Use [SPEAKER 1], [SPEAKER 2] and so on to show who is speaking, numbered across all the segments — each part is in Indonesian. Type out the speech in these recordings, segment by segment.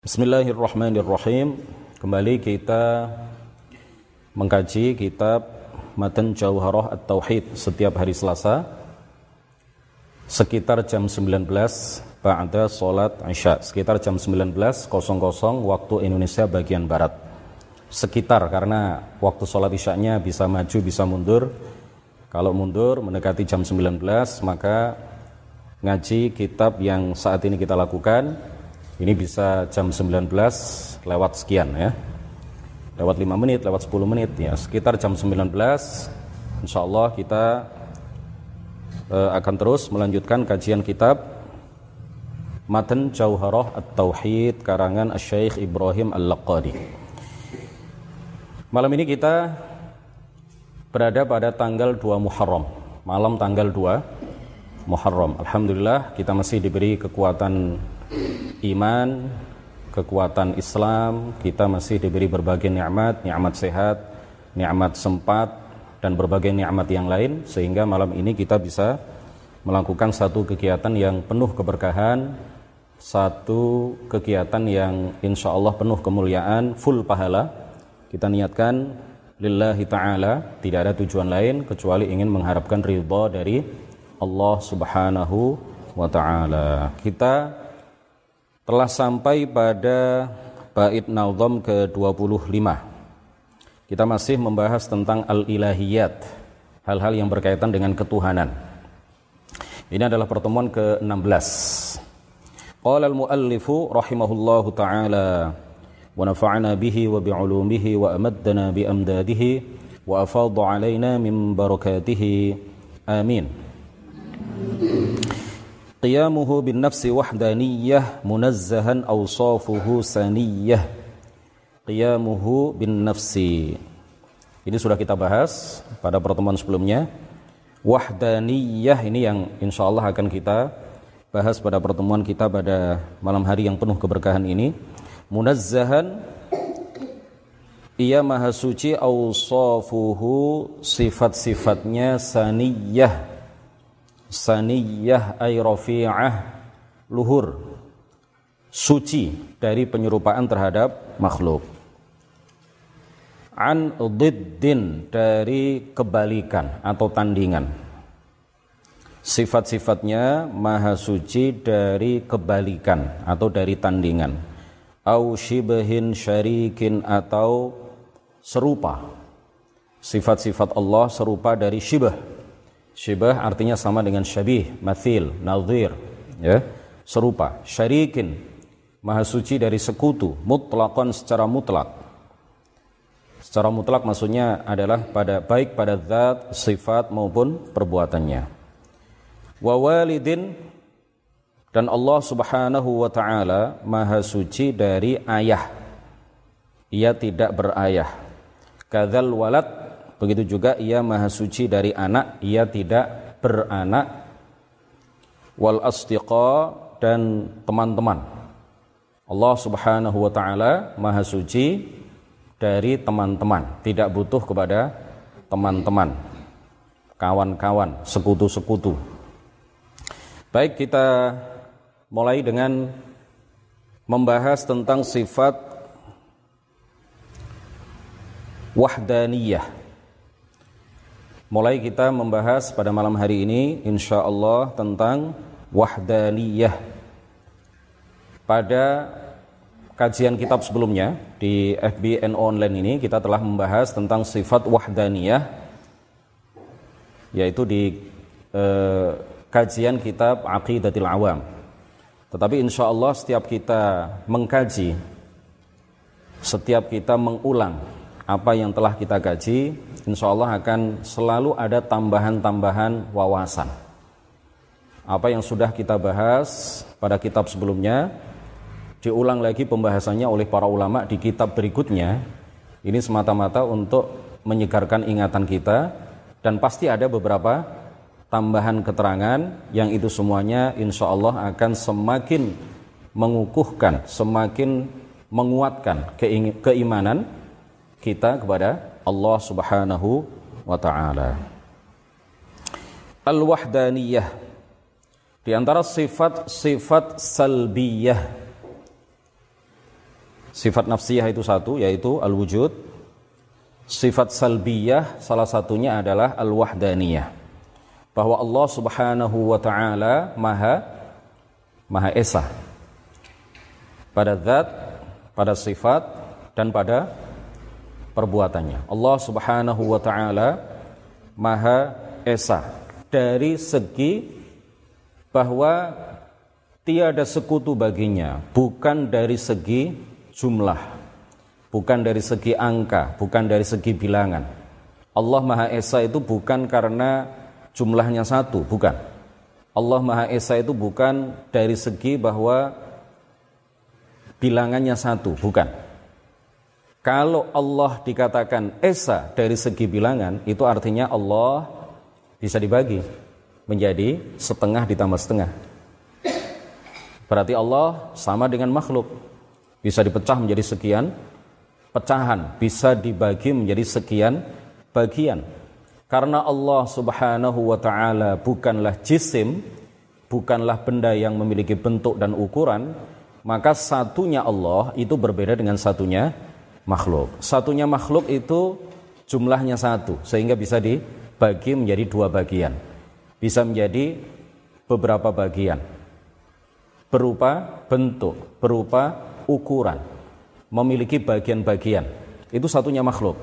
[SPEAKER 1] Bismillahirrahmanirrahim. Kembali kita mengkaji kitab Matan Jauharah At-Tauhid setiap hari Selasa sekitar jam 19 ba'da salat Isya, sekitar jam 19.00 waktu Indonesia bagian barat. Sekitar karena waktu salat Isyanya bisa maju bisa mundur. Kalau mundur mendekati jam 19 maka ngaji kitab yang saat ini kita lakukan ini bisa jam 19 lewat sekian ya. Lewat 5 menit, lewat 10 menit ya. Sekitar jam 19 insyaallah kita akan terus melanjutkan kajian kitab Matan Jauharah At-Tauhid karangan Asy-Syaikh Ibrahim Al-Laqadi. Malam ini kita berada pada tanggal 2 Muharram. Malam tanggal 2 Muharram. Alhamdulillah kita masih diberi kekuatan iman, kekuatan Islam, kita masih diberi berbagai nikmat, nikmat sehat, nikmat sempat dan berbagai nikmat yang lain sehingga malam ini kita bisa melakukan satu kegiatan yang penuh keberkahan, satu kegiatan yang insyaallah penuh kemuliaan, full pahala. Kita niatkan lillahi ta'ala, tidak ada tujuan lain kecuali ingin mengharapkan ridha dari Allah Subhanahu wa ta'ala. Kita telah sampai pada bait nazam ke-25. Kita masih membahas tentang al-ilahiyat, hal-hal yang berkaitan dengan ketuhanan. Ini adalah pertemuan ke-16. Qala al-muallifu rahimahullahu ta'ala wa nafa'ana bihi wa bi'ulumihi wa amaddana bi amdadihi wa afadha 'alaina min barakatihi. Amin. Qiyamuhu bin nafsi wahdaniyah munazzahan awsafuhu saniyah. Qiyamuhu bin nafsi. Ini sudah kita bahas pada pertemuan sebelumnya. Wahdaniyah ini yang insyaallah akan kita bahas pada pertemuan kita pada malam hari yang penuh keberkahan ini. Munazzahan, ia maha suci, awsafuhu, sifat-sifatnya saniyah. Saniyah ay rafi'ah, luhur, suci dari penyerupaan terhadap makhluk. An diddin, dari kebalikan atau tandingan. Sifat-sifatnya maha suci dari kebalikan atau dari tandingan. Au shibahin syarikin, atau serupa. Sifat-sifat Allah serupa dari syibah. Syibah artinya sama dengan syabih, mathil, nadhir, ya, serupa. Syarikin, maha suci dari sekutu, mutlaqan, secara mutlak. Secara mutlak maksudnya adalah baik pada zat, sifat maupun perbuatannya. Wa walidin, dan Allah Subhanahu wa ta'ala maha suci dari ayah. Ia tidak berayah. Kadzal walad, begitu juga ia maha suci dari anak, ia tidak beranak. Wal asdiqa, dan teman-teman. Allah Subhanahu wa ta'ala maha suci dari teman-teman, tidak butuh kepada teman-teman, kawan-kawan, sekutu-sekutu. Baik, kita mulai dengan membahas tentang sifat wahdaniyah. Mulai kita membahas pada malam hari ini insyaallah tentang wahdaniyah. Pada kajian kitab sebelumnya di FBN online ini kita telah membahas tentang sifat wahdaniyah, yaitu di kajian kitab Aqidatul Awam. Tetapi insyaallah setiap kita mengkaji, setiap kita mengulang apa yang telah kita kaji, insyaallah akan selalu ada tambahan-tambahan wawasan. Apa yang sudah kita bahas pada kitab sebelumnya diulang lagi pembahasannya oleh para ulama di kitab berikutnya. Ini semata-mata untuk menyegarkan ingatan kita, dan pasti ada beberapa tambahan keterangan yang itu semuanya insyaallah akan semakin mengukuhkan, semakin menguatkan keimanan kita kepada Allah Subhanahu wa ta'ala. Al-wahdaniyah, di antara sifat-sifat salbiyah Sifat nafsiyah itu satu, yaitu al-wujud. Sifat salbiyah salah satunya adalah al-wahdaniyah, bahwa Allah Subhanahu wa ta'ala Maha Esa pada zat, pada sifat, dan pada perbuatannya. Allah Subhanahu wa ta'ala Maha Esa dari segi bahwa tiada sekutu baginya, bukan dari segi jumlah, bukan dari segi angka, bukan dari segi bilangan. Allah Maha Esa itu bukan karena jumlahnya satu, bukan. Allah Maha Esa itu bukan dari segi bahwa bilangannya satu, bukan. Kalau Allah dikatakan Esa dari segi bilangan, itu artinya Allah bisa dibagi menjadi setengah ditambah setengah. Berarti Allah sama dengan makhluk, bisa dipecah menjadi sekian pecahan, bisa dibagi menjadi sekian bagian. Karena Allah Subhanahu wa ta'ala bukanlah jisim, bukanlah benda yang memiliki bentuk dan ukuran, maka satunya Allah itu berbeda dengan satunya makhluk. Satunya makhluk itu jumlahnya satu, sehingga bisa dibagi menjadi dua bagian, bisa menjadi beberapa bagian, berupa bentuk, berupa ukuran, memiliki bagian-bagian. Itu satunya makhluk.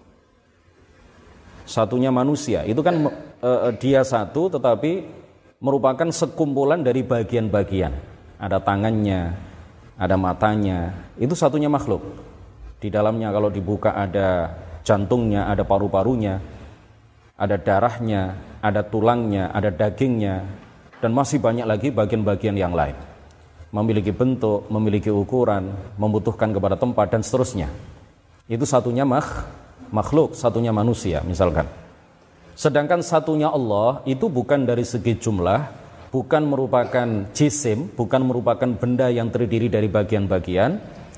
[SPEAKER 1] Satunya manusia, itu kan dia satu tetapi merupakan sekumpulan dari bagian-bagian. Ada tangannya, ada matanya, itu satunya makhluk. Di dalamnya kalau dibuka ada jantungnya, ada paru-parunya, ada darahnya, ada tulangnya, ada dagingnya, dan masih banyak lagi bagian-bagian yang lain. Memiliki bentuk, memiliki ukuran, membutuhkan kepada tempat, dan seterusnya. Itu satunya makhluk, satunya manusia misalkan. Sedangkan satunya Allah itu bukan dari segi jumlah, bukan merupakan jisim, bukan merupakan benda yang terdiri dari bagian-bagian,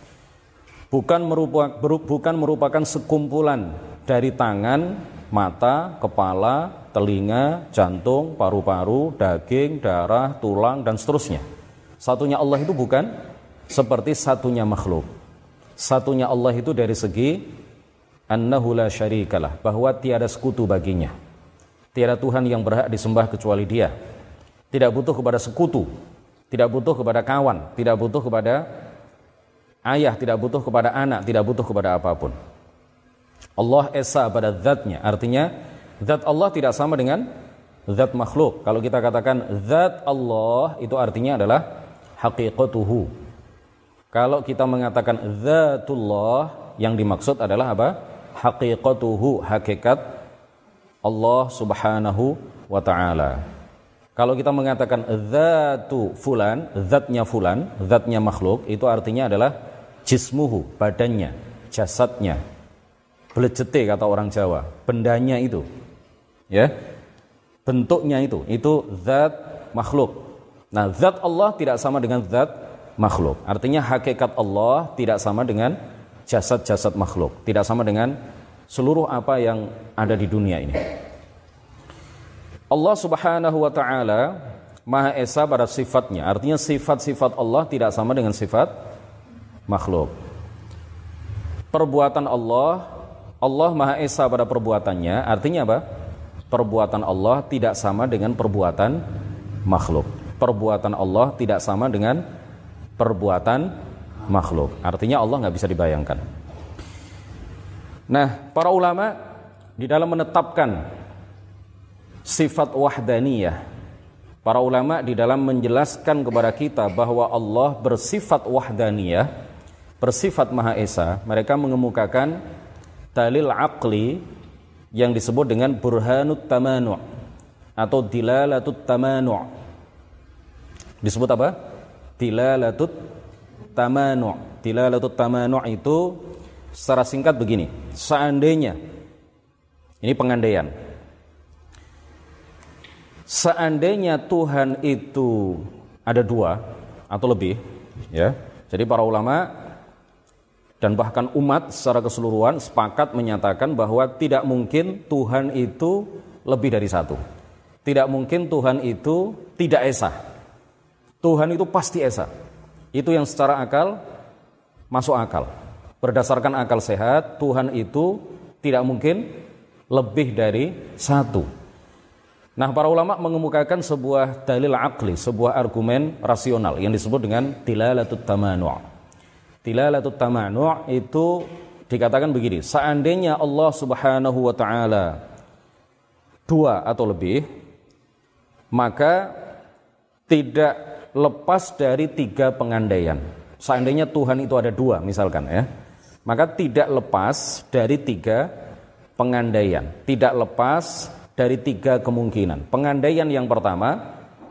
[SPEAKER 1] bukan merupakan sekumpulan dari tangan, mata, kepala, telinga, jantung, paru-paru, daging, darah, tulang, dan seterusnya. Satunya Allah itu bukan seperti satunya makhluk. Satunya Allah itu dari segi annahu la syarikalah, bahwa tiada sekutu baginya. Tiada Tuhan yang berhak disembah kecuali Dia. Tidak butuh kepada sekutu, tidak butuh kepada kawan, tidak butuh kepada ayah, tidak butuh kepada anak, tidak butuh kepada apapun. Allah Esa pada zatnya, artinya zat Allah tidak sama dengan zat makhluk. Kalau kita katakan zat Allah, itu artinya adalah haqiqatuhu. Kalau kita mengatakan zatullah, yang dimaksud adalah apa? Haqiqatuhu, hakikat Allah Subhanahu wa ta'ala. Kalau kita mengatakan zatu fulan, zatnya makhluk, itu artinya adalah jismuhu, badannya, jasadnya, belejete kata orang Jawa, bendanya itu, ya, bentuknya itu zat makhluk. Nah, zat Allah tidak sama dengan zat makhluk. Artinya hakikat Allah tidak sama dengan jasad-jasad makhluk, tidak sama dengan seluruh apa yang ada di dunia ini. Allah Subhanahu wa ta'ala Maha Esa pada sifatnya, artinya sifat-sifat Allah tidak sama dengan sifat makhluk. Perbuatan Allah Maha Esa pada perbuatannya, artinya apa? Perbuatan Allah tidak sama dengan perbuatan makhluk. Perbuatan Allah tidak sama dengan perbuatan makhluk. Artinya Allah nggak bisa dibayangkan. Nah, para ulama di dalam menetapkan sifat wahdaniyah, para ulama di dalam menjelaskan kepada kita bahwa Allah bersifat wahdaniyah, bersifat Maha Esa, mereka mengemukakan dalil aqli yang disebut dengan burhanut tamanu' atau dilalatut tamanu'. Disebut apa? Dilalatut tamanu'. Dilalatut tamanu' itu secara singkat begini, seandainya, ini pengandaian, seandainya Tuhan itu ada dua atau lebih, ya. Jadi para ulama dan bahkan umat secara keseluruhan sepakat menyatakan bahwa tidak mungkin Tuhan itu lebih dari satu. Tidak mungkin Tuhan itu tidak esa. Tuhan itu pasti esa. Itu yang secara akal masuk akal. Berdasarkan akal sehat, Tuhan itu tidak mungkin lebih dari satu. Nah, para ulama mengemukakan sebuah dalil aqli, sebuah argumen rasional yang disebut dengan dilalatut tamanu'. Dilalatut tamanu' itu dikatakan begini, seandainya Allah Subhanahu wa taala dua atau lebih, maka tidak lepas dari tiga pengandaian. Seandainya Tuhan itu ada dua misalkan ya, maka tidak lepas dari tiga pengandaian, tidak lepas dari tiga kemungkinan. Pengandaian yang pertama,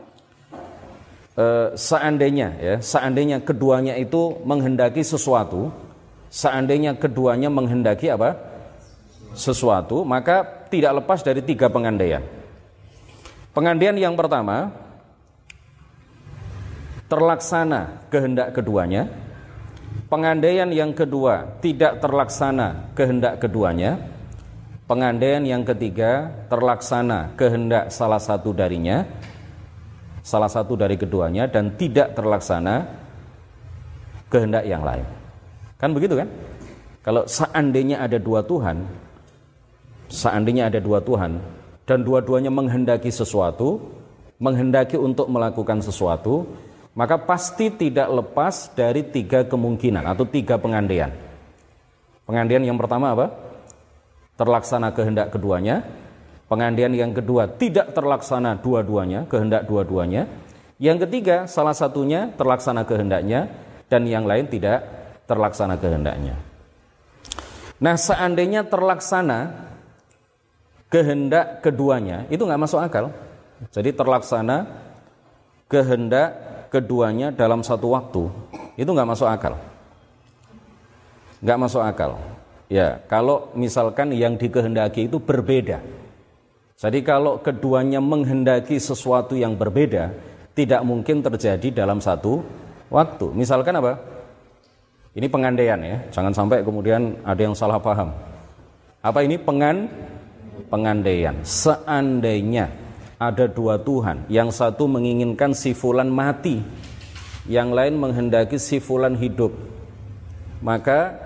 [SPEAKER 1] seandainya keduanya itu menghendaki sesuatu, seandainya keduanya menghendaki apa? Sesuatu, maka tidak lepas dari tiga pengandaian. Pengandaian yang pertama, terlaksana kehendak keduanya. Pengandaian yang kedua, tidak terlaksana kehendak keduanya. Pengandaian yang ketiga, terlaksana kehendak salah satu darinya, salah satu dari keduanya, dan tidak terlaksana kehendak yang lain. Kan begitu kan? Kalau seandainya ada dua Tuhan, seandainya ada dua Tuhan dan dua-duanya menghendaki sesuatu, menghendaki untuk melakukan sesuatu, maka pasti tidak lepas dari tiga kemungkinan atau tiga pengandaian. Pengandaian yang pertama apa? Terlaksana kehendak keduanya. Pengandaian yang kedua, tidak terlaksana dua-duanya, kehendak dua-duanya. Yang ketiga, salah satunya terlaksana kehendaknya dan yang lain tidak terlaksana kehendaknya. Nah, seandainya terlaksana kehendak keduanya, itu nggak masuk akal. Jadi terlaksana kehendak keduanya dalam satu waktu, itu nggak masuk akal. Nggak masuk akal. Ya, kalau misalkan yang dikehendaki itu berbeda. Jadi kalau keduanya menghendaki sesuatu yang berbeda, tidak mungkin terjadi dalam satu waktu. Misalkan apa? Ini pengandaian ya, jangan sampai kemudian ada yang salah paham. Apa ini pengandaian? Seandainya ada dua Tuhan, yang satu menginginkan si fulan mati, yang lain menghendaki si fulan hidup, maka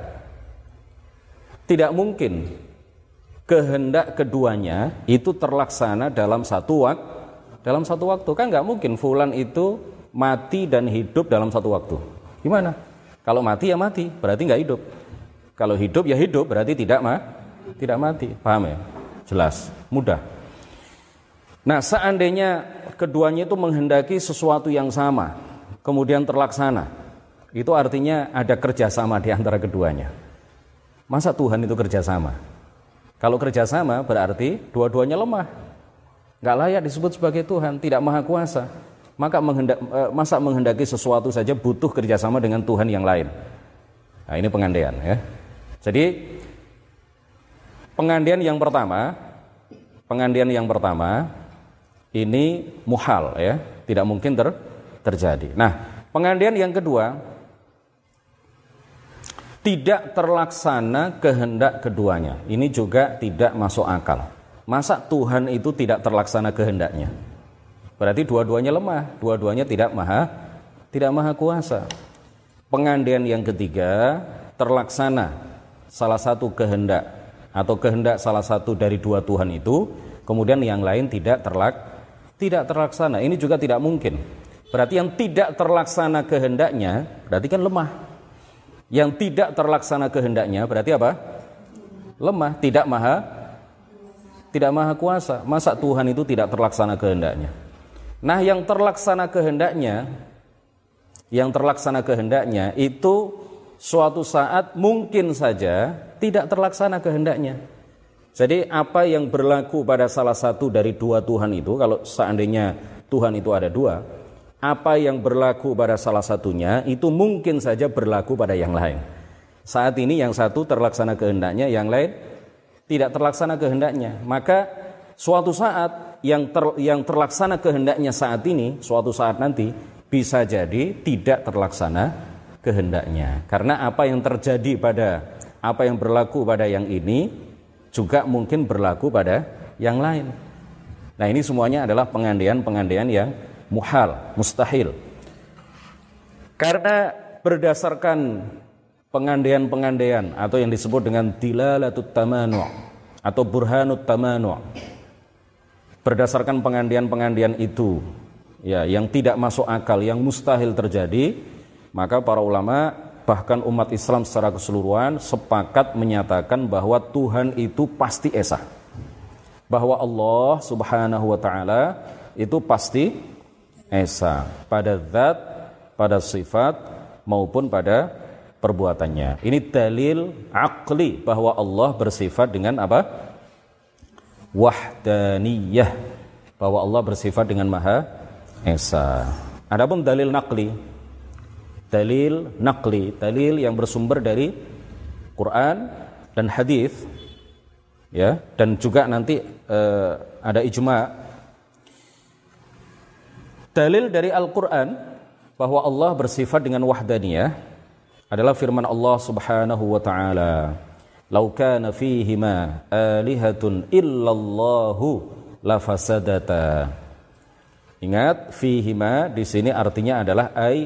[SPEAKER 1] tidak mungkin kehendak keduanya itu terlaksana dalam satu waktu. Kan nggak mungkin fulan itu mati dan hidup dalam satu waktu. Gimana? Kalau mati ya mati, berarti nggak hidup. Kalau hidup ya hidup, berarti tidak mati. Paham ya? Jelas, mudah. Nah, seandainya keduanya itu menghendaki sesuatu yang sama, kemudian terlaksana, itu artinya ada kerjasama di antara keduanya. Masa Tuhan itu kerjasama? Kalau kerjasama berarti dua-duanya lemah, nggak layak disebut sebagai Tuhan, tidak maha kuasa. Maka masa menghendaki sesuatu saja butuh kerjasama dengan Tuhan yang lain. Nah, ini pengandaian ya. Jadi pengandaian yang pertama ini muhal ya, tidak mungkin terjadi. Nah, pengandaian yang kedua, tidak terlaksana kehendak keduanya. Ini juga tidak masuk akal. Masa Tuhan itu tidak terlaksana kehendaknya? Berarti dua-duanya lemah, dua-duanya tidak maha kuasa. Pengandaian yang ketiga, terlaksana salah satu kehendak atau kehendak salah satu dari dua Tuhan itu, kemudian yang lain tidak terlaksana. Ini juga tidak mungkin. Berarti yang tidak terlaksana kehendaknya berarti kan lemah. Yang tidak terlaksana kehendaknya berarti apa? Lemah, tidak maha kuasa. Masa Tuhan itu tidak terlaksana kehendaknya? Nah, yang terlaksana kehendaknya itu suatu saat mungkin saja tidak terlaksana kehendaknya. Jadi apa yang berlaku pada salah satu dari dua Tuhan itu, kalau seandainya Tuhan itu ada dua, apa yang berlaku pada salah satunya itu mungkin saja berlaku pada yang lain. Saat ini yang satu terlaksana kehendaknya, yang lain tidak terlaksana kehendaknya. Maka suatu saat yang terlaksana kehendaknya saat ini, suatu saat nanti bisa jadi tidak terlaksana kehendaknya. Karena apa yang terjadi apa yang berlaku pada yang ini juga mungkin berlaku pada yang lain. Nah, ini semuanya adalah pengandaian yang muhal, mustahil. Karena berdasarkan pengandaian-pengandaian atau yang disebut dengan dilalatut tamanu' atau burhanut tamanu'. Berdasarkan pengandaian-pengandaian itu, ya, yang tidak masuk akal, yang mustahil terjadi, maka para ulama bahkan umat Islam secara keseluruhan sepakat menyatakan bahwa Tuhan itu pasti esa, bahwa Allah Subhanahu wa ta'ala itu pasti esa pada zat, pada sifat maupun pada perbuatannya. Ini dalil aqli bahwa Allah bersifat dengan apa? Wahdaniyah, bahwa Allah bersifat dengan maha esa. Adapun dalil naqli, dalil yang bersumber dari Quran dan hadis, ya, dan juga nanti ada ijma. Dalil dari Al-Quran bahwa Allah bersifat dengan wahdaniyah adalah firman Allah Subhanahu wa ta'ala, "Lau kana fihima alihatun illallahu lafasadata." Ingat, fihima di sini artinya adalah ai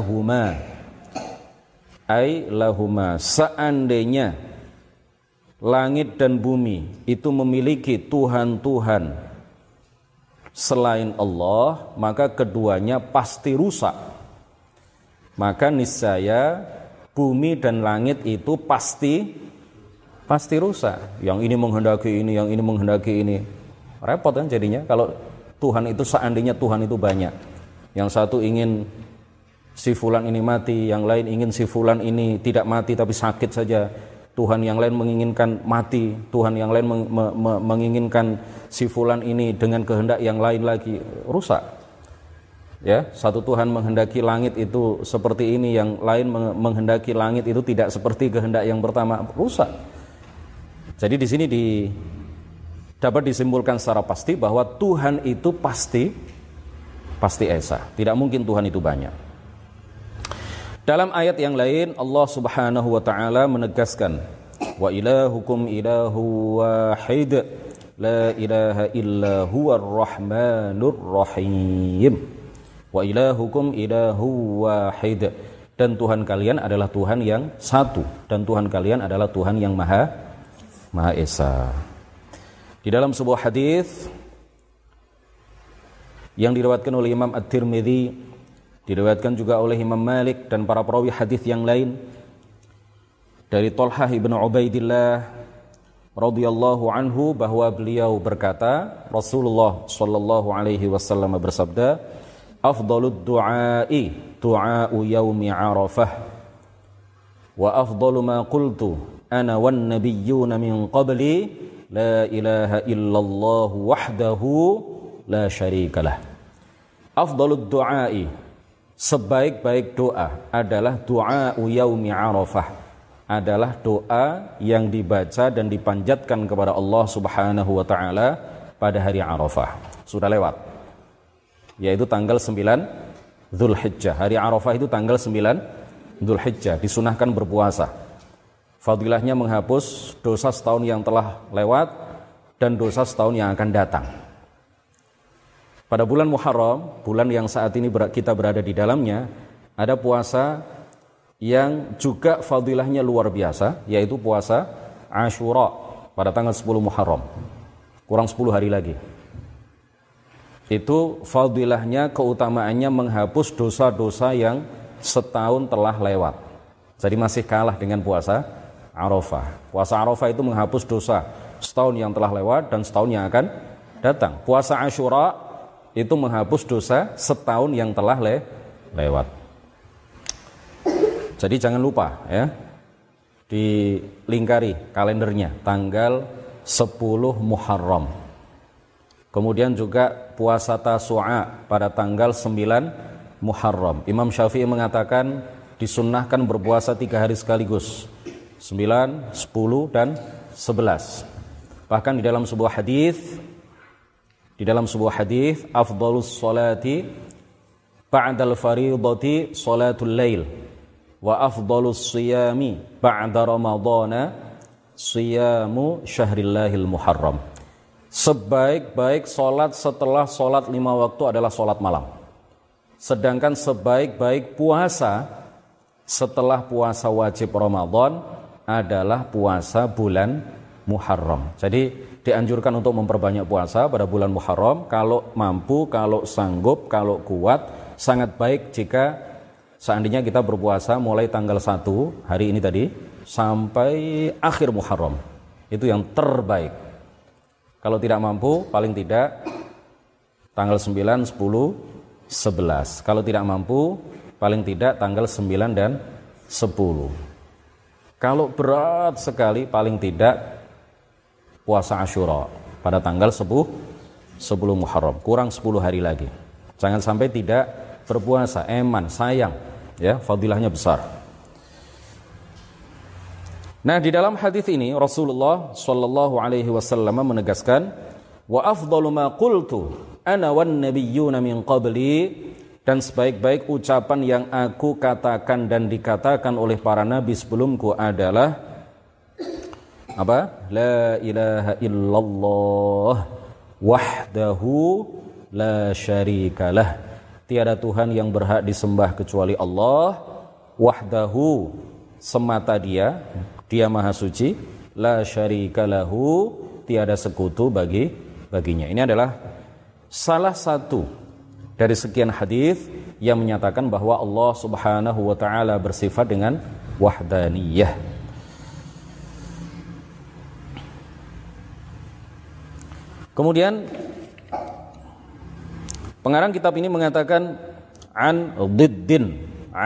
[SPEAKER 1] lahuma. Seandainya langit dan bumi itu memiliki Tuhan-Tuhan selain Allah, maka keduanya pasti rusak. Maka niscaya bumi dan langit itu pasti rusak. Yang ini menghendaki ini, yang ini menghendaki ini. Repot kan jadinya kalau Tuhan itu, seandainya Tuhan itu banyak. Yang satu ingin si fulan ini mati, yang lain ingin si fulan ini tidak mati tapi sakit saja. Tuhan yang lain menginginkan mati, Tuhan yang lain menginginkan si fulan ini dengan kehendak yang lain lagi. Rusak. Ya, satu Tuhan menghendaki langit itu seperti ini, yang lain menghendaki langit itu tidak seperti kehendak yang pertama. Rusak. Jadi di sini dapat disimpulkan secara pasti bahwa Tuhan itu pasti esa. Tidak mungkin Tuhan itu banyak. Dalam ayat yang lain Allah Subhanahu wa ta'ala menegaskan, wa ilahukum ilahu wahid la ilaha illa huwar rahmanur rahim. Wa ilahukum ilahu wahid, dan Tuhan kalian adalah Tuhan yang satu, dan Tuhan kalian adalah Tuhan yang maha esa. Di dalam sebuah hadis yang diriwayatkan oleh Imam At-Tirmidzi, diriwayatkan juga oleh Imam Malik dan para perawi hadis yang lain, dari Thalhah ibn Ubaidillah radhiyallahu anhu, bahwa beliau berkata, Rasulullah sallallahu alaihi wasallam bersabda, afdhalud du'ai du'a'u yaumi Arafah wa afdalu ma qultu ana wan nabiyyuna min qabli la ilaha illallah wahdahu la syarikalah. Afdhalud du'ai, sebaik-baik doa adalah du'a'u yaumi Arafah, adalah doa yang dibaca dan dipanjatkan kepada Allah Subhanahu wa ta'ala pada hari Arafah. Sudah lewat, yaitu tanggal 9 Dzulhijjah. Hari Arafah itu tanggal 9 Dzulhijjah, disunahkan berpuasa. Fadilahnya menghapus dosa setahun yang telah lewat dan dosa setahun yang akan datang. Pada bulan Muharram, bulan yang saat ini kita berada di dalamnya, ada puasa yang juga fadilahnya luar biasa, yaitu puasa Asyura pada tanggal 10 Muharram. Kurang 10 hari lagi. Itu fadilahnya, keutamaannya menghapus dosa-dosa yang setahun telah lewat. Jadi masih kalah dengan puasa Arafah. Puasa Arafah itu menghapus dosa setahun yang telah lewat dan setahun yang akan datang. Puasa Asyura itu menghapus dosa setahun yang telah lewat. Jadi jangan lupa, ya, dilingkari kalendernya tanggal 10 Muharram. Kemudian juga puasa Tasu'a pada tanggal 9 Muharram. Imam Syafi'i mengatakan disunnahkan berpuasa 3 hari sekaligus, 9, 10, dan 11. Bahkan di dalam sebuah hadis, afdhalus sholati ba'dal fariidati sholatul lail wa afdhalus siyami ba'da ramadhana siyamu syahrillahil muharram. Sebaik-baik solat setelah solat 5 waktu adalah solat malam. Sedangkan sebaik-baik puasa setelah puasa wajib Ramadan adalah puasa bulan Muharram. Jadi dianjurkan untuk memperbanyak puasa pada bulan Muharram kalau mampu, kalau sanggup, kalau kuat. Sangat baik jika seandainya kita berpuasa mulai tanggal 1 hari ini tadi sampai akhir Muharram. Itu yang terbaik. Kalau tidak mampu, paling tidak tanggal 9, 10, 11. Kalau tidak mampu, paling tidak tanggal 9 dan 10. Kalau berat sekali, paling tidak puasa Asyura pada tanggal 10 Muharram. Kurang 10 hari lagi. Jangan sampai tidak berpuasa, sayang. Ya, fadilahnya besar. Nah, di dalam hadis ini Rasulullah sallallahu alaihi wasallam menegaskan, wa afdalu ma qultu ana wan nabiyyuna min qabli, dan sebaik-baik ucapan yang aku katakan dan dikatakan oleh para nabi sebelumku adalah apa? La ilaha illallah wahdahu la syarikalah. Tiada Tuhan yang berhak disembah kecuali Allah, wahdahu, semata Dia Maha suci, la syarikalahu, tiada sekutu baginya. Ini adalah salah satu dari sekian hadis yang menyatakan bahwa Allah Subhanahu wa taala bersifat dengan wahdaniyah. Kemudian pengarang kitab ini mengatakan an diddin.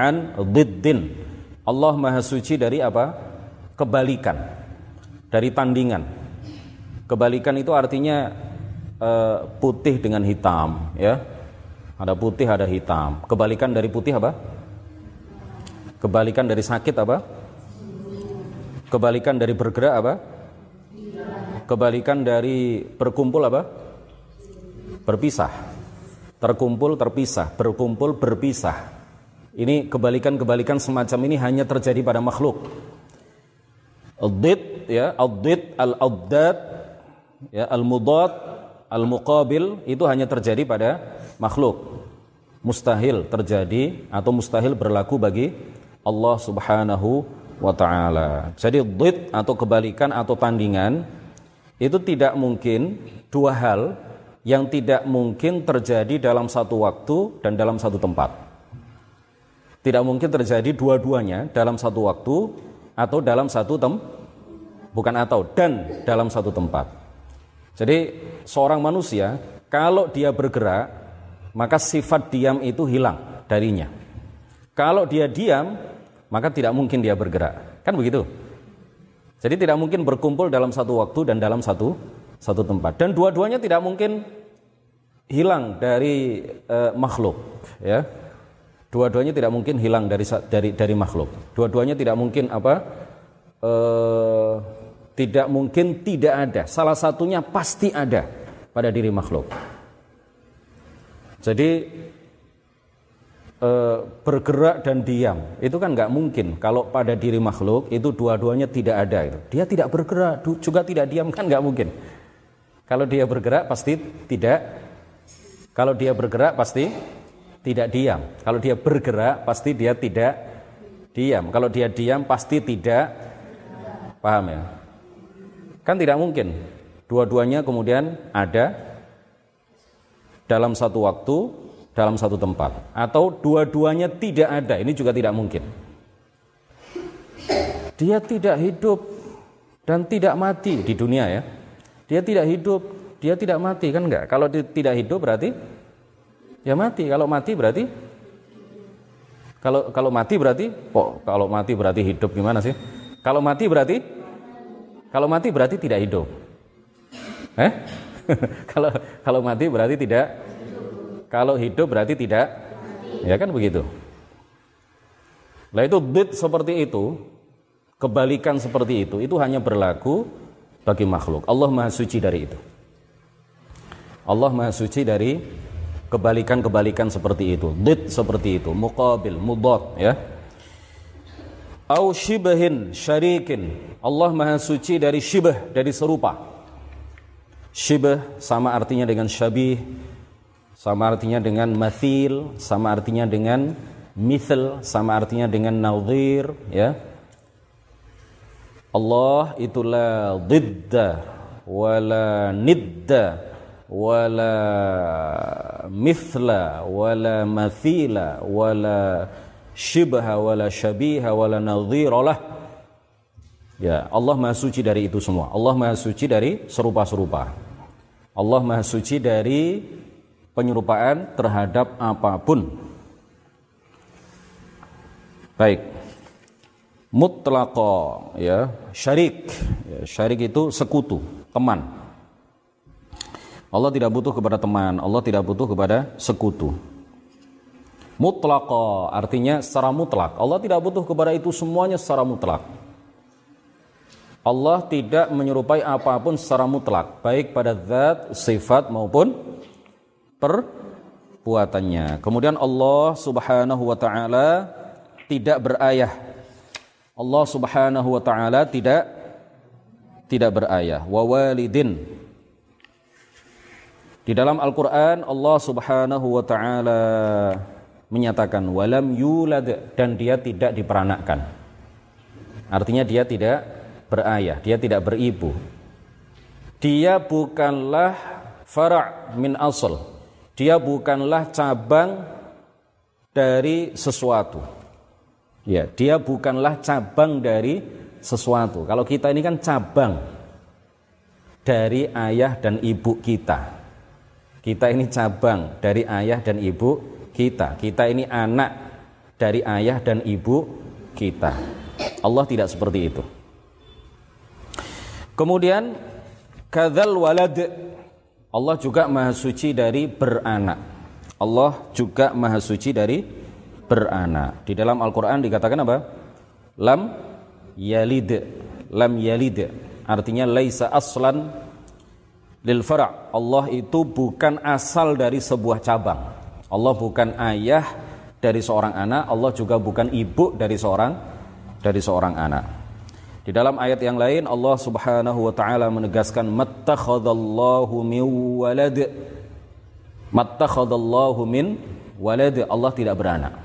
[SPEAKER 1] Allah Maha suci dari apa? Kebalikan, dari tandingan. Kebalikan itu artinya putih dengan hitam, ya. Ada putih, ada hitam. Kebalikan dari putih apa? Kebalikan dari sakit apa? Kebalikan dari bergerak apa? Kebalikan dari berkumpul apa? Berpisah. Terkumpul, terpisah. Berkumpul, berpisah. Ini kebalikan-kebalikan semacam ini hanya terjadi pada makhluk. Ad-did, ya, ad-did, al-addad, ya, al-mudad, al-muqabil, itu hanya terjadi pada makhluk. Mustahil terjadi atau mustahil berlaku bagi Allah Subhanahu wa ta'ala. Jadi did atau kebalikan atau tandingan itu tidak mungkin, dua hal yang tidak mungkin terjadi dalam satu waktu dan dalam satu tempat. Tidak mungkin terjadi dua-duanya dalam satu waktu atau dalam satu dan dalam satu tempat. Jadi seorang manusia kalau dia bergerak, maka sifat diam itu hilang darinya. Kalau dia diam, maka tidak mungkin dia bergerak. Kan begitu? Jadi tidak mungkin berkumpul dalam satu waktu dan dalam satu tempat. Dan dua-duanya tidak mungkin hilang dari makhluk, ya. Dua-duanya tidak mungkin hilang dari makhluk. Dua-duanya tidak mungkin tidak mungkin tidak ada. Salah satunya pasti ada pada diri makhluk. Jadi bergerak dan diam itu kan nggak mungkin. Kalau pada diri makhluk itu dua-duanya tidak ada. Itu dia tidak bergerak juga tidak diam, kan nggak mungkin. Kalau dia bergerak pasti tidak. Kalau dia bergerak pasti tidak diam. Kalau dia bergerak pasti dia tidak diam. Kalau dia diam pasti tidak. Paham ya? Kan tidak mungkin dua-duanya kemudian ada dalam satu waktu, dalam satu tempat, atau dua-duanya tidak ada. Ini juga tidak mungkin. Dia tidak hidup dan tidak mati di dunia, ya. Dia tidak hidup, dia tidak mati, kan enggak? Kalau dia tidak hidup berarti ya mati. Kalau mati berarti kalau mati berarti kalau mati berarti hidup, gimana sih? Kalau mati berarti tidak hidup. Kalau mati berarti tidak. Kalau hidup berarti tidak. Ya kan begitu. Nah itu bid seperti itu, kebalikan seperti itu hanya berlaku bagi makhluk. Allah Maha suci dari itu. Allah Maha suci dari kebalikan-kebalikan seperti itu, bid seperti itu, muqabil, mudad, ya. Au shibahin syarikin. Allah Maha suci dari syibah, dari serupa. Syibah sama artinya dengan syabih, sama artinya dengan mathil, sama artinya dengan mithl sama artinya dengan nadhir, ya. Allah itu la didda wala nidda wala mithla wala mathila wala shibha wala syabiha wala nadhiralah. Ya, Allah Maha suci dari itu semua. Allah Maha suci dari serupa-serupa. Allah Maha suci dari penyerupaan terhadap apapun. Baik. Mutlaqa, ya, syarik. Ya, syarik itu sekutu, teman. Allah tidak butuh kepada teman, Allah tidak butuh kepada sekutu. Mutlaqa artinya secara mutlak. Allah tidak butuh kepada itu semuanya secara mutlak. Allah tidak menyerupai apapun secara mutlak, baik pada zat, sifat maupun perbuatannya. Kemudian Allah Subhanahu wa taala tidak berayah. Allah Subhanahu wa taala tidak berayah. Wa walidin. Di dalam Al-Qur'an Allah Subhanahu wa taala menyatakan walam yulad, dan dia tidak diperanakkan. Artinya dia tidak berayah, dia tidak beribu. Dia bukanlah fara' min asl. Dia bukanlah cabang dari sesuatu. Ya, dia bukanlah cabang dari sesuatu. Kalau kita ini kan cabang dari ayah dan ibu kita. Kita ini cabang dari ayah dan ibu kita. Kita ini anak dari ayah dan ibu kita. Allah tidak seperti itu. Kemudian kadzal walad, Allah juga Maha suci dari beranak. Allah juga Maha suci dari beranak. Di dalam Al-Qur'an dikatakan apa? Lam yalid. Lam yalid artinya laisa aslan lil fara'. Allah itu bukan asal dari sebuah cabang. Allah bukan ayah dari seorang anak, Allah juga bukan ibu dari seorang anak. Di dalam ayat yang lain Allah Subhanahu wa taala menegaskan mattakhadallahu min walad. Mattakhadallahu min walad, Allah tidak beranak.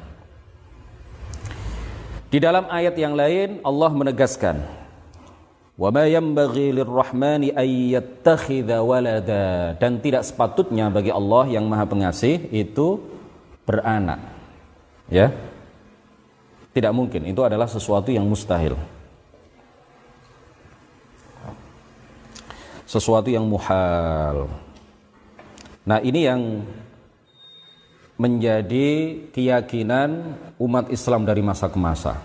[SPEAKER 1] Di dalam ayat yang lain Allah menegaskan wa ma yanbaghi lirrahmani ay yattakhidha walada, dan tidak sepatutnya bagi Allah yang Maha Pengasih itu beranak. Ya. Tidak mungkin, itu adalah sesuatu yang mustahil. Sesuatu yang muhal. Nah, ini yang menjadi keyakinan umat Islam dari masa ke masa.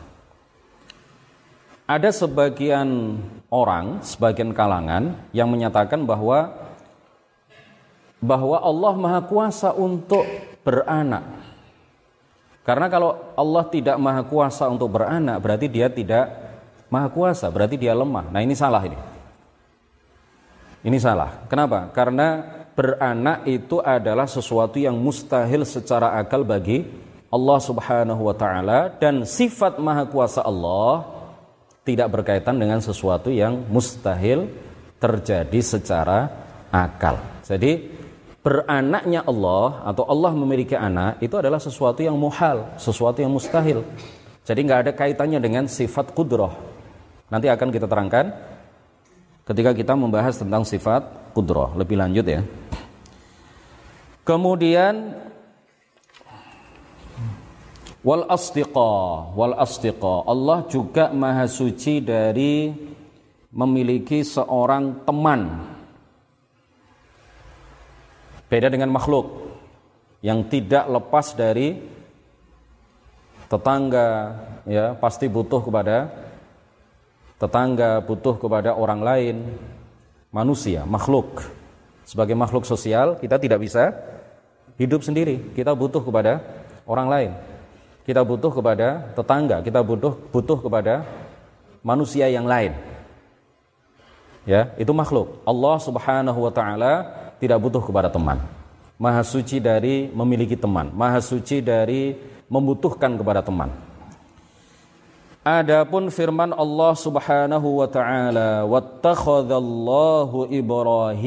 [SPEAKER 1] Ada sebagian orang, sebagian kalangan yang menyatakan bahwa Allah Maha Kuasa untuk beranak. Karena kalau Allah tidak Maha Kuasa untuk beranak, berarti dia tidak Maha Kuasa, berarti dia lemah. Nah, ini salah ini. Ini salah. Kenapa? Karena beranak itu adalah sesuatu yang mustahil secara akal bagi Allah Subhanahu wa taala, dan sifat Maha Kuasa Allah tidak berkaitan dengan sesuatu yang mustahil terjadi secara akal. Jadi beranaknya Allah atau Allah memiliki anak itu adalah sesuatu yang muhal, sesuatu yang mustahil. Jadi nggak ada kaitannya dengan sifat qudrah. Nanti akan kita terangkan ketika kita membahas tentang sifat qudrah lebih lanjut ya. Kemudian wal asdiqa, Allah juga Maha suci dari memiliki seorang teman. Beda dengan makhluk yang tidak lepas dari tetangga, ya, pasti butuh kepada tetangga, butuh kepada orang lain. Manusia, makhluk, sebagai makhluk sosial kita tidak bisa hidup sendiri, kita butuh kepada orang lain. Kita butuh kepada tetangga, kita butuh kepada manusia yang lain. Ya, itu makhluk. Allah Subhanahu wa taala tidak butuh kepada teman. Maha suci dari memiliki teman, maha suci dari membutuhkan kepada teman. Adapun firman Allah Subhanahu wa taala, wattakhadallahu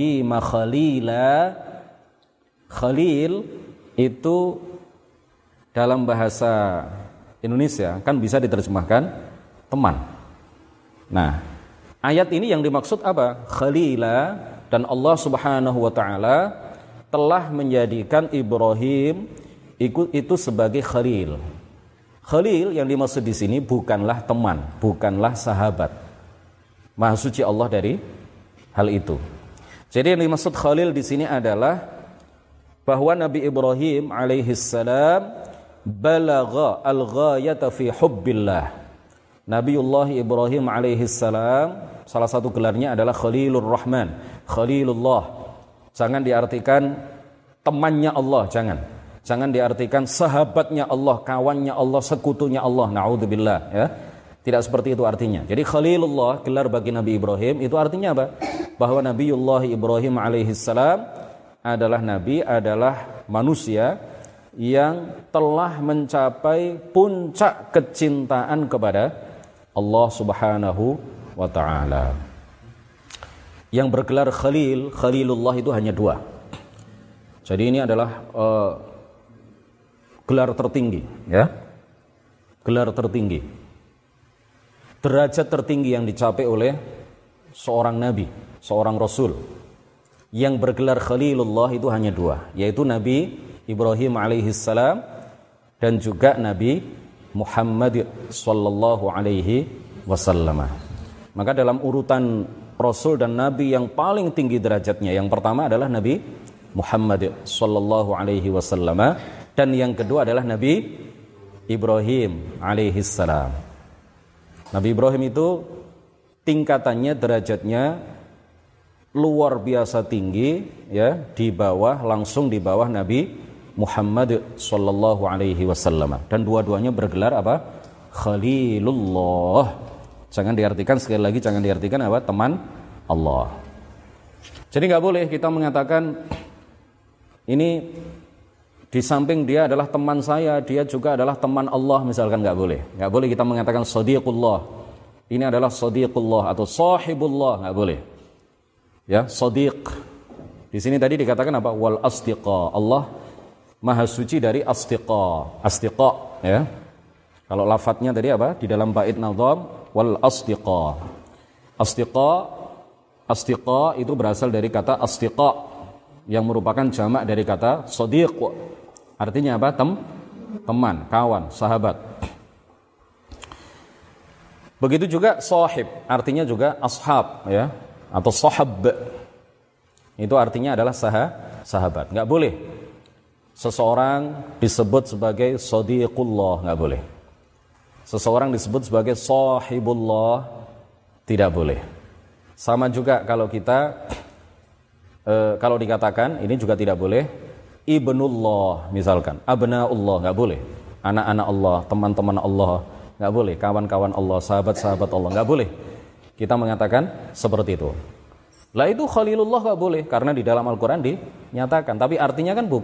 [SPEAKER 1] Ibrahima khalila. Khalil itu dalam bahasa Indonesia kan bisa diterjemahkan teman. Nah, ayat ini yang dimaksud apa? Khalila, dan Allah Subhanahu wa taala telah menjadikan Ibrahim itu sebagai khalil. Khalil yang dimaksud di sini bukanlah teman, bukanlah sahabat. Maha suci Allah dari hal itu. Jadi yang dimaksud khalil di sini adalah bahwa Nabi Ibrahim alaihi salam balagha al-ghayata fi hubbillah. Nabiullah Ibrahim alaihi salam salah satu gelarnya adalah Khalilur Rahman, Khalilullah. Jangan diartikan temannya Allah, jangan. Jangan diartikan sahabatnya Allah, kawannya Allah, sekutunya Allah. Na'udzubillah, ya. Tidak seperti itu artinya. Jadi Khalilullah, gelar bagi Nabi Ibrahim, itu artinya apa? Bahwa Nabiullah Ibrahim alaihi salam adalah nabi, adalah manusia yang telah mencapai puncak kecintaan kepada Allah Subhanahu wa taala. Yang bergelar Khalil, Khalilullah itu hanya dua. Jadi ini adalah gelar tertinggi, ya. Gelar tertinggi. Derajat tertinggi yang dicapai oleh seorang nabi, seorang rasul. Yang bergelar Khalilullah itu hanya dua, yaitu Nabi Ibrahim alaihissalam dan juga Nabi Muhammad sallallahu alaihi wasallam. Maka dalam urutan rasul dan nabi yang paling tinggi derajatnya, yang pertama adalah Nabi Muhammad sallallahu alaihi wasallam, dan yang kedua adalah Nabi Ibrahim alaihissalam. Nabi Ibrahim itu tingkatannya, derajatnya luar biasa tinggi, ya, langsung di bawah Nabi Muhammad sallallahu alaihi wasallam, dan dua-duanya bergelar apa? Khalilullah. Jangan diartikan, sekali lagi jangan diartikan apa? Teman Allah. Jadi nggak boleh kita mengatakan ini di samping dia adalah teman saya, dia juga adalah teman Allah, misalkan. Nggak boleh. Nggak boleh kita mengatakan sadiqullah, ini adalah sadiqullah atau sahibullah, nggak boleh. Ya, sadiq. Di sini tadi dikatakan apa? Wal asdiqa. Allah maha suci dari asdiqa. Asdiqa, ya. Kalau lafadznya tadi apa? Di dalam bait nazam wal asdiqa. Asdiqa itu berasal dari kata asdiqa yang merupakan jamak dari kata sadiq. Artinya apa? Teman, kawan, sahabat. Begitu juga sahib, artinya juga ashab, ya, atau sahab. Itu artinya adalah sahabat. Enggak boleh seseorang disebut sebagai sadiqullah, enggak boleh. Seseorang disebut sebagai sahibullah, tidak boleh. Sama juga kalau kita kalau dikatakan, ini juga tidak boleh, ibnullah misalkan, abnaullah, enggak boleh. Anak-anak Allah, teman-teman Allah, enggak boleh. Kawan-kawan Allah, sahabat-sahabat Allah, enggak boleh kita mengatakan seperti itu. Lah itu Khalilullah enggak boleh, karena di dalam Al-Qur'an dinyatakan, tapi artinya kan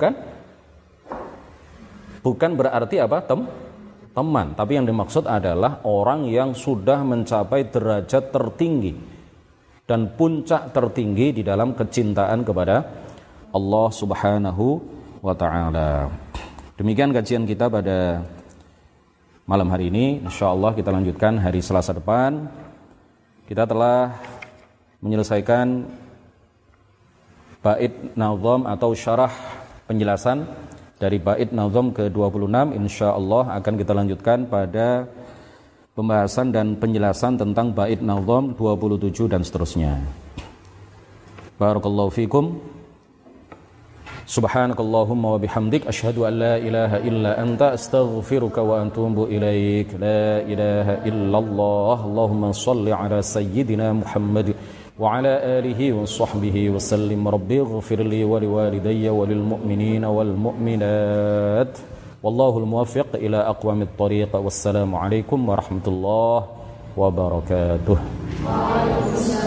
[SPEAKER 1] bukan berarti apa? Teman, tapi yang dimaksud adalah orang yang sudah mencapai derajat tertinggi dan puncak tertinggi di dalam kecintaan kepada Allah Subhanahu wa taala. Demikian kajian kita pada malam hari ini. Insyaallah kita lanjutkan hari Selasa depan. Kita telah menyelesaikan bait nazam atau syarah penjelasan dari bait nazam ke-26. Insyaallah akan kita lanjutkan pada pembahasan dan penjelasan tentang bait nazam 27 dan seterusnya. Barakallahu fikum. Subhanakallahumma wa bihamdik asyhadu an la ilaha illa anta astaghfiruka wa atubu ilaik. La ilaha illallah. Allahumma shalli ala sayyidina Muhammad wa ala alihi wa sahbihi wa sallim. Rabbi ighfir li wa liwalidayya wa lil mu'minina wal mu'minat. Wallahul muwaffiq ila aqwamit thariq. Wassalamu alaikum warahmatullahi wabarakatuh.